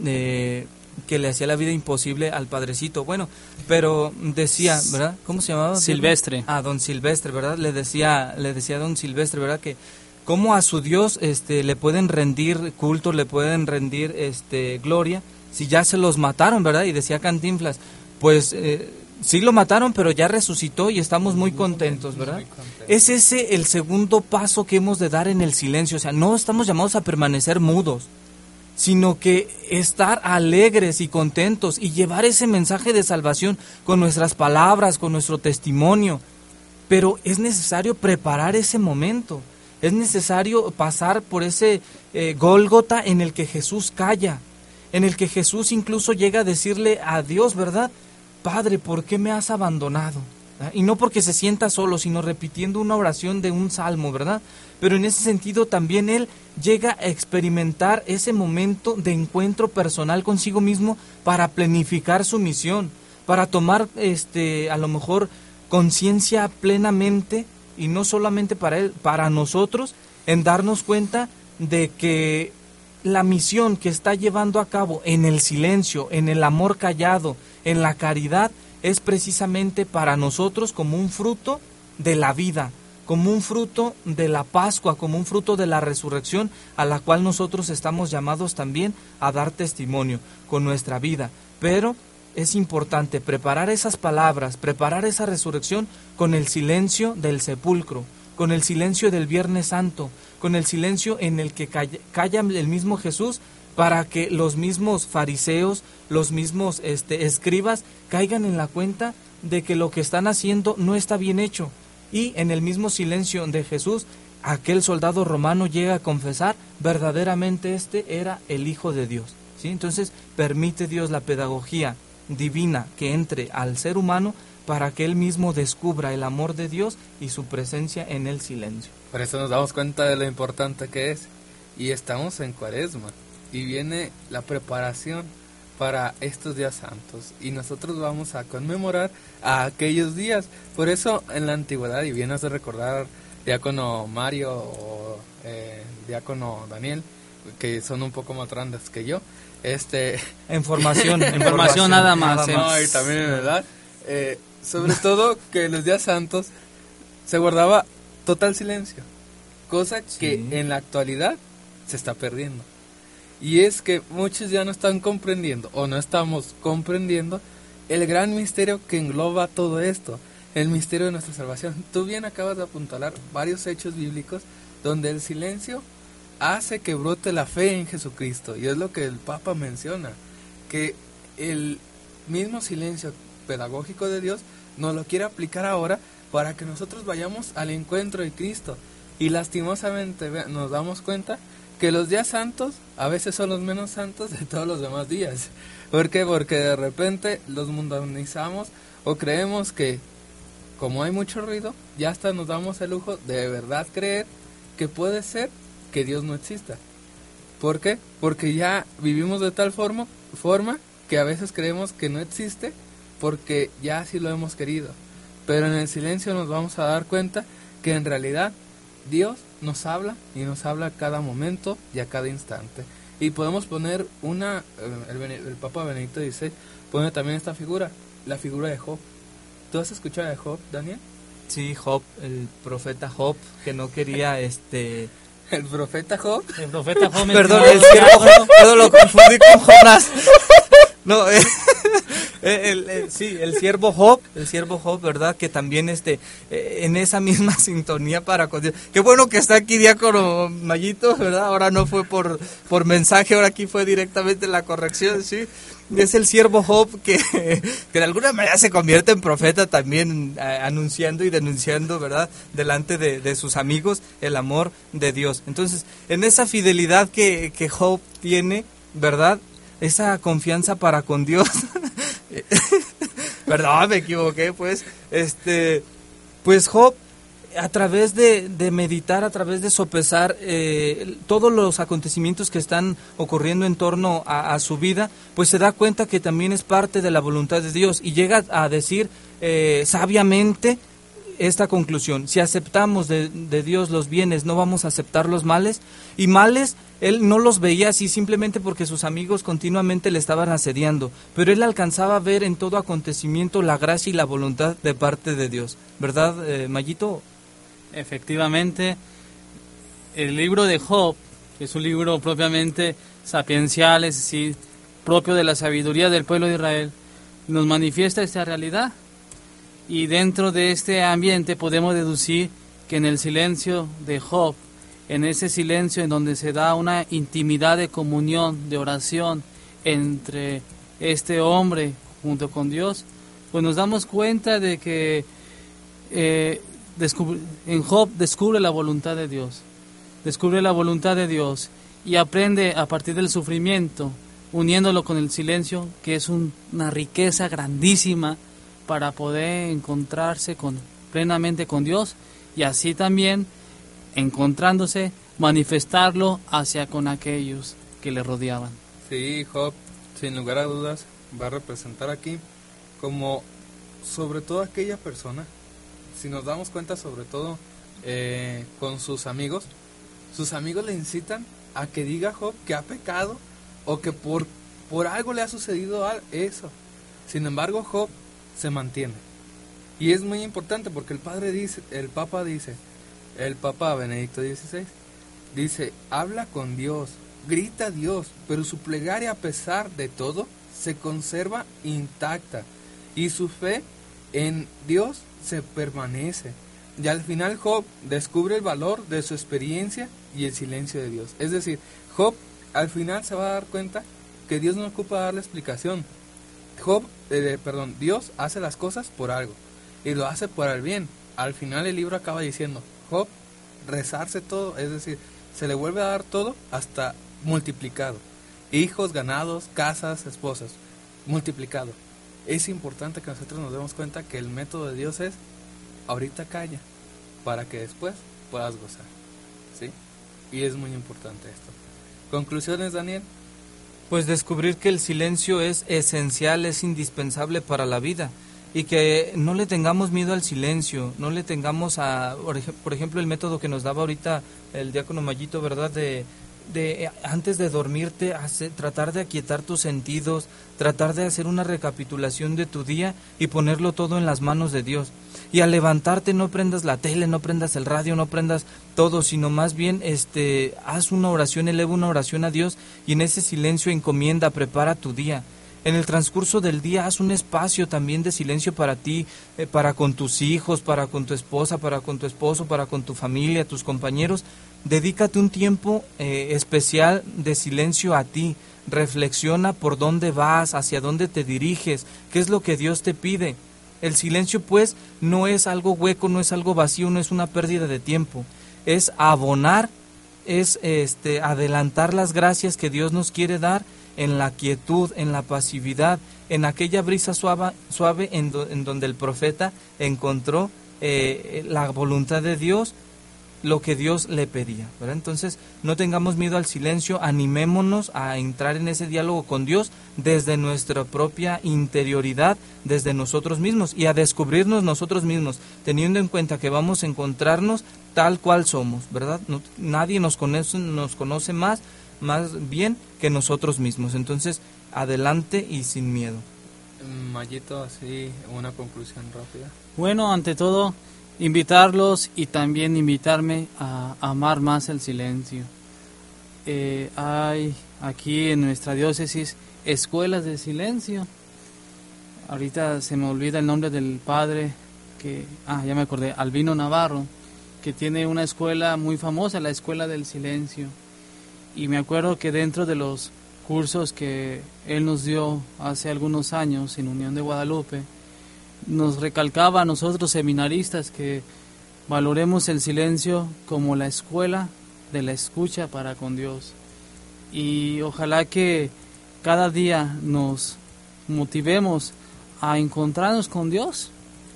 eh, que le hacía la vida imposible al padrecito. Bueno, pero decía, ¿verdad?, ¿cómo se llamaba? Silvestre. Ah, don Silvestre, ¿verdad? Le decía, le decía a don Silvestre, ¿verdad?, que cómo a su Dios este, le pueden rendir culto, le pueden rendir este, gloria, si ya se los mataron, ¿verdad? Y decía Cantinflas, pues eh, sí lo mataron, pero ya resucitó y estamos muy contentos, ¿verdad? Es ese el segundo paso que hemos de dar en el silencio. O sea, no estamos llamados a permanecer mudos, sino que estar alegres y contentos y llevar ese mensaje de salvación con nuestras palabras, con nuestro testimonio. Pero es necesario preparar ese momento, es necesario pasar por ese eh, Gólgota en el que Jesús calla, en el que Jesús incluso llega a decirle a Dios, ¿verdad?, Padre, ¿por qué me has abandonado? ¿Ah? Y no porque se sienta solo, sino repitiendo una oración de un salmo, ¿verdad? Pero en ese sentido también él llega a experimentar ese momento de encuentro personal consigo mismo para planificar su misión, para tomar este a lo mejor conciencia plenamente, y no solamente para él, para nosotros, en darnos cuenta de que la misión que está llevando a cabo en el silencio, en el amor callado, en la caridad, es precisamente para nosotros como un fruto de la vida, como un fruto de la Pascua, como un fruto de la resurrección, a la cual nosotros estamos llamados también a dar testimonio con nuestra vida. Pero es importante preparar esas palabras, preparar esa resurrección con el silencio del sepulcro, con el silencio del Viernes Santo, con el silencio en el que calla, calla el mismo Jesús, para que los mismos fariseos, los mismos este, escribas caigan en la cuenta de que lo que están haciendo no está bien hecho. Y en el mismo silencio de Jesús, aquel soldado romano llega a confesar, verdaderamente este era el Hijo de Dios, ¿sí? Entonces permite Dios la pedagogía divina que entre al ser humano para que él mismo descubra el amor de Dios y su presencia en el silencio. Por eso nos damos cuenta de lo importante que es. Y estamos en Cuaresma y viene la preparación para estos días santos, y nosotros vamos a conmemorar a aquellos días. Por eso en la antigüedad, y bien hace recordar diácono Mario o eh, diácono Daniel, que son un poco más grandes que yo, este en formación, en formación nada más, no, y también en edad, eh, sobre todo que en los días santos se guardaba total silencio, cosa que sí. En la actualidad se está perdiendo. Y es que muchos ya no están comprendiendo, o no estamos comprendiendo, el gran misterio que engloba todo esto, el misterio de nuestra salvación. Tú bien acabas de apuntalar varios hechos bíblicos donde el silencio hace que brote la fe en Jesucristo, y es lo que el Papa menciona, que el mismo silencio pedagógico de Dios nos lo quiere aplicar ahora para que nosotros vayamos al encuentro de Cristo. Y lastimosamente nos damos cuenta que los días santos a veces son los menos santos de todos los demás días. ¿Por qué? Porque de repente los mundanizamos o creemos que, como hay mucho ruido, ya hasta nos damos el lujo de, de verdad creer que puede ser que Dios no exista. ¿Por qué? Porque ya vivimos de tal forma, forma que a veces creemos que no existe porque ya así lo hemos querido. Pero en el silencio nos vamos a dar cuenta que en realidad Dios nos habla, y nos habla a cada momento y a cada instante. Y podemos poner una, el, el Papa Benedicto dice, pone también esta figura, la figura de Job. ¿Tú has escuchado de Job, Daniel? Sí, Job, el profeta Job, que no quería este... ¿El profeta Job? El profeta Job. Perdón, el siervo Job, perdón, lo confundí con Jonás. No, eh, el, el, sí, el siervo Job, el siervo Job, ¿verdad? Que también este, eh, en esa misma sintonía para con Dios. Qué bueno que está aquí Diácono Mayito, ¿verdad? Ahora no fue por, por mensaje, ahora aquí fue directamente la corrección, sí. Es el siervo Job que, que de alguna manera se convierte en profeta también, eh, anunciando y denunciando, ¿verdad? Delante de, de sus amigos el amor de Dios. Entonces, en esa fidelidad que, que Job tiene, ¿verdad? Esa confianza para con Dios. Perdón, me equivoqué, pues. Este, pues Job, a través de, de meditar, a través de sopesar eh, todos los acontecimientos que están ocurriendo en torno a, a su vida, pues se da cuenta que también es parte de la voluntad de Dios y llega a decir eh, sabiamente esta conclusión: si aceptamos de, de Dios los bienes, no vamos a aceptar los males. Y males él no los veía así simplemente porque sus amigos continuamente le estaban asediando, pero él alcanzaba a ver en todo acontecimiento la gracia y la voluntad de parte de Dios, ¿verdad, eh, Mayito? Efectivamente, el libro de Job es un libro propiamente sapiencial, es decir, propio de la sabiduría del pueblo de Israel, nos manifiesta esta realidad. Y dentro de este ambiente podemos deducir que en el silencio de Job, en ese silencio en donde se da una intimidad de comunión, de oración entre este hombre junto con Dios, pues nos damos cuenta de que eh, descubre, en Job descubre la voluntad de Dios, descubre la voluntad de Dios y aprende a partir del sufrimiento, uniéndolo con el silencio, que es un, una riqueza grandísima para poder encontrarse con, plenamente con Dios, y así también, encontrándose, manifestarlo hacia con aquellos que le rodeaban. Sí, Job, sin lugar a dudas, va a representar aquí como sobre todo aquella persona, si nos damos cuenta sobre todo eh, con sus amigos, sus amigos le incitan a que diga Job que ha pecado o que por, por algo le ha sucedido eso. Sin embargo, Job se mantiene. Y es muy importante porque el padre dice, el papa dice, el papa Benedicto dieciséis, dice, habla con Dios, grita a Dios, pero su plegaria a pesar de todo se conserva intacta y su fe en Dios se permanece. Y al final Job descubre el valor de su experiencia y el silencio de Dios. Es decir, Job al final se va a dar cuenta que Dios no ocupa darle explicación. Job, eh, perdón, Dios hace las cosas por algo y lo hace por el bien. Al final el libro acaba diciendo, Job, rezarse todo, es decir, se le vuelve a dar todo hasta multiplicado. Hijos, ganados, casas, esposas, multiplicado. Es importante que nosotros nos demos cuenta que el método de Dios es, ahorita calla, para que después puedas gozar, ¿sí? Y es muy importante esto. ¿Conclusiones, Daniel? Pues descubrir que el silencio es esencial, es indispensable para la vida y que no le tengamos miedo al silencio, no le tengamos a, por ejemplo, el método que nos daba ahorita el diácono Mayito, ¿verdad? De, de antes de dormirte, hacer, tratar de aquietar tus sentidos, tratar de hacer una recapitulación de tu día y ponerlo todo en las manos de Dios. Y al levantarte no prendas la tele, no prendas el radio, no prendas todo, sino más bien este, haz una oración, eleva una oración a Dios y en ese silencio encomienda, prepara tu día. En el transcurso del día haz un espacio también de silencio para ti, eh, para con tus hijos, para con tu esposa, para con tu esposo, para con tu familia, tus compañeros. Dedícate un tiempo eh, especial de silencio a ti. Reflexiona por dónde vas, hacia dónde te diriges, qué es lo que Dios te pide. El silencio, pues, no es algo hueco, no es algo vacío, no es una pérdida de tiempo. Es abonar, es este, adelantar las gracias que Dios nos quiere dar en la quietud, en la pasividad, en aquella brisa suave, suave en, do, en donde el profeta encontró eh, la voluntad de Dios, lo que Dios le pedía, ¿verdad? Entonces, no tengamos miedo al silencio, animémonos a entrar en ese diálogo con Dios desde nuestra propia interioridad, desde nosotros mismos, y a descubrirnos nosotros mismos, teniendo en cuenta que vamos a encontrarnos tal cual somos, ¿verdad? No, nadie nos conoce, nos conoce más, más bien que nosotros mismos. Entonces, adelante y sin miedo. Mayito, así, una conclusión rápida. Bueno, ante todo, invitarlos y también invitarme a amar más el silencio. Eh, hay aquí en nuestra diócesis escuelas de silencio. Ahorita se me olvida el nombre del padre que, ah, ya me acordé, Albino Navarro, que tiene una escuela muy famosa, la Escuela del Silencio. Y me acuerdo que dentro de los cursos que él nos dio hace algunos años en Unión de Guadalupe, nos recalcaba a nosotros seminaristas que valoremos el silencio como la escuela de la escucha para con Dios. Y ojalá que cada día nos motivemos a encontrarnos con Dios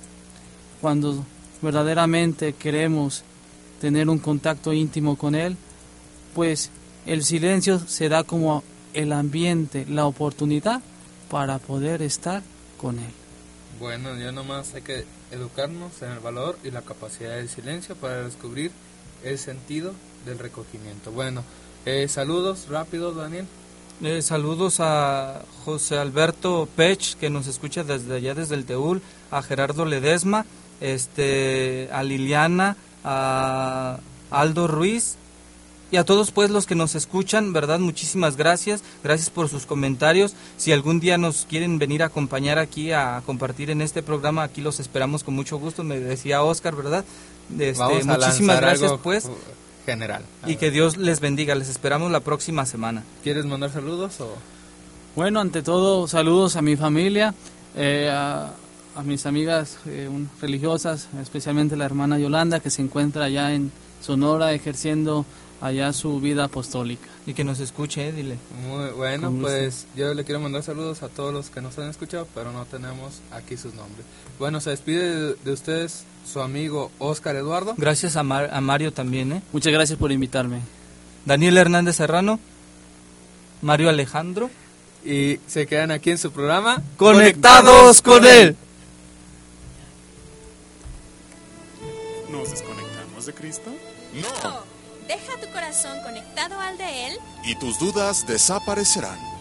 cuando verdaderamente queremos tener un contacto íntimo con Él, pues el silencio se da como el ambiente, la oportunidad para poder estar con Él. Bueno, ya nomás hay que educarnos en el valor y la capacidad del silencio para descubrir el sentido del recogimiento. Bueno, eh, saludos rápidos, Daniel. Eh, saludos a José Alberto Pech, que nos escucha desde allá, desde el Teúl, a Gerardo Ledesma, este, a Liliana, a Aldo Ruiz, y a todos pues los que nos escuchan, ¿verdad? Muchísimas gracias, gracias por sus comentarios. Si algún día nos quieren venir a acompañar aquí a compartir en este programa, aquí los esperamos con mucho gusto, me decía Oscar, ¿verdad? Este, Vamos a muchísimas gracias algo pues. General. Y que Dios les bendiga, les esperamos la próxima semana. ¿Quieres mandar saludos o...? Bueno, ante todo, saludos a mi familia, eh, a, a mis amigas eh, un- religiosas, especialmente la hermana Yolanda, que se encuentra allá en Sonora ejerciendo allá su vida apostólica. Y que nos escuche, eh, dile. Muy bueno, Con gusto. pues yo le quiero mandar saludos a todos los que nos han escuchado, pero no tenemos aquí sus nombres. Bueno, se despide de, de ustedes su amigo Oscar Eduardo. Gracias a, Mar- a Mario también, ¿eh? Muchas gracias por invitarme. Daniel Hernández Serrano, Mario Alejandro. Y se quedan aquí en su programa Conectados con Él. ¿Nos desconectamos de Cristo? No. Deja tu corazón conectado al de Él. Y tus dudas desaparecerán.